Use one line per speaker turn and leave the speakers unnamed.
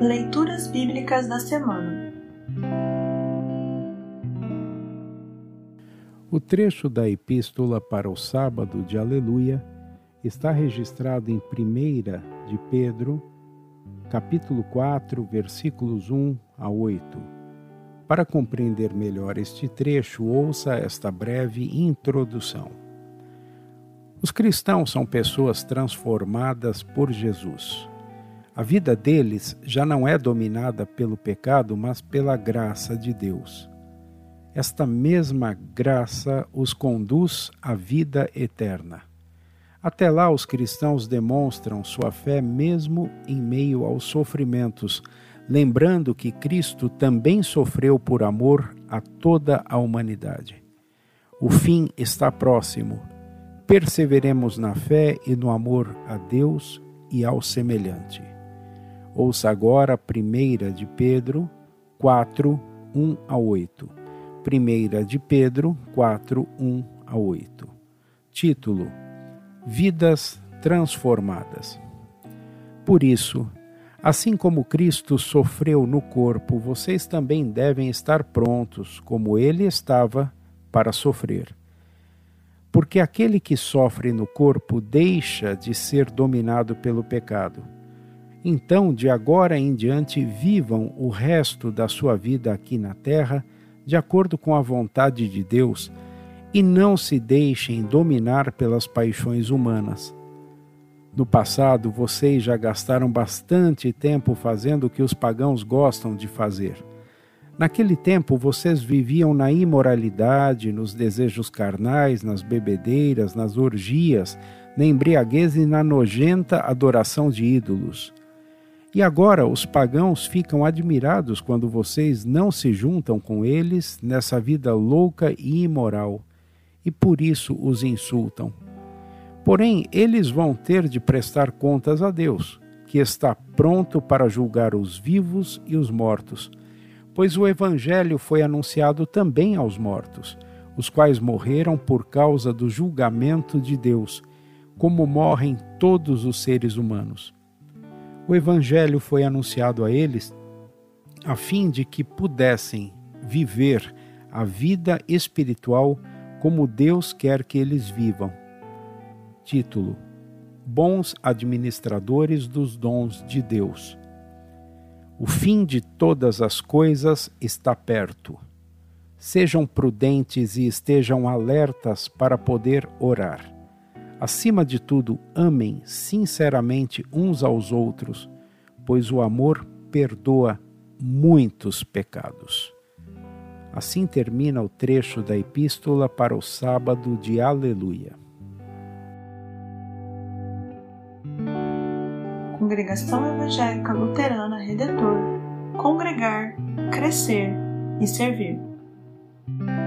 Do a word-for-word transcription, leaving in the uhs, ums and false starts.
Leituras Bíblicas da Semana.
O trecho da Epístola para o Sábado de Aleluia está registrado em primeira de Pedro, capítulo quatro, versículos um a oito. Para compreender melhor este trecho, ouça esta breve introdução. Os cristãos são pessoas transformadas por Jesus. A vida deles já não é dominada pelo pecado, mas pela graça de Deus. Esta mesma graça os conduz à vida eterna. Até lá, os cristãos demonstram sua fé mesmo em meio aos sofrimentos, lembrando que Cristo também sofreu por amor a toda a humanidade. O fim está próximo. Perseveremos na fé e no amor a Deus e ao semelhante. Ouça agora primeira de Pedro quatro, um a oito. primeira de Pedro quatro, um a oito. Título: Vidas transformadas. Por isso, assim como Cristo sofreu no corpo, vocês também devem estar prontos, como ele estava, para sofrer. Porque aquele que sofre no corpo deixa de ser dominado pelo pecado. Então, de agora em diante, vivam o resto da sua vida aqui na terra, de acordo com a vontade de Deus, e não se deixem dominar pelas paixões humanas. No passado, vocês já gastaram bastante tempo fazendo o que os pagãos gostam de fazer. Naquele tempo, vocês viviam na imoralidade, nos desejos carnais, nas bebedeiras, nas orgias, na embriaguez e na nojenta adoração de ídolos. E agora os pagãos ficam admirados quando vocês não se juntam com eles nessa vida louca e imoral, e por isso os insultam. Porém, eles vão ter de prestar contas a Deus, que está pronto para julgar os vivos e os mortos, pois o Evangelho foi anunciado também aos mortos, os quais morreram por causa do julgamento de Deus, como morrem todos os seres humanos. O Evangelho foi anunciado a eles a fim de que pudessem viver a vida espiritual como Deus quer que eles vivam. Título: Bons administradores dos dons de Deus. O fim de todas as coisas está perto. Sejam prudentes e estejam alertas para poder orar. Acima de tudo, amem sinceramente uns aos outros, pois o amor perdoa muitos pecados. Assim termina o trecho da Epístola para o Sábado de Aleluia.
Congregação Evangélica Luterana Redentor. Congregar, crescer e servir.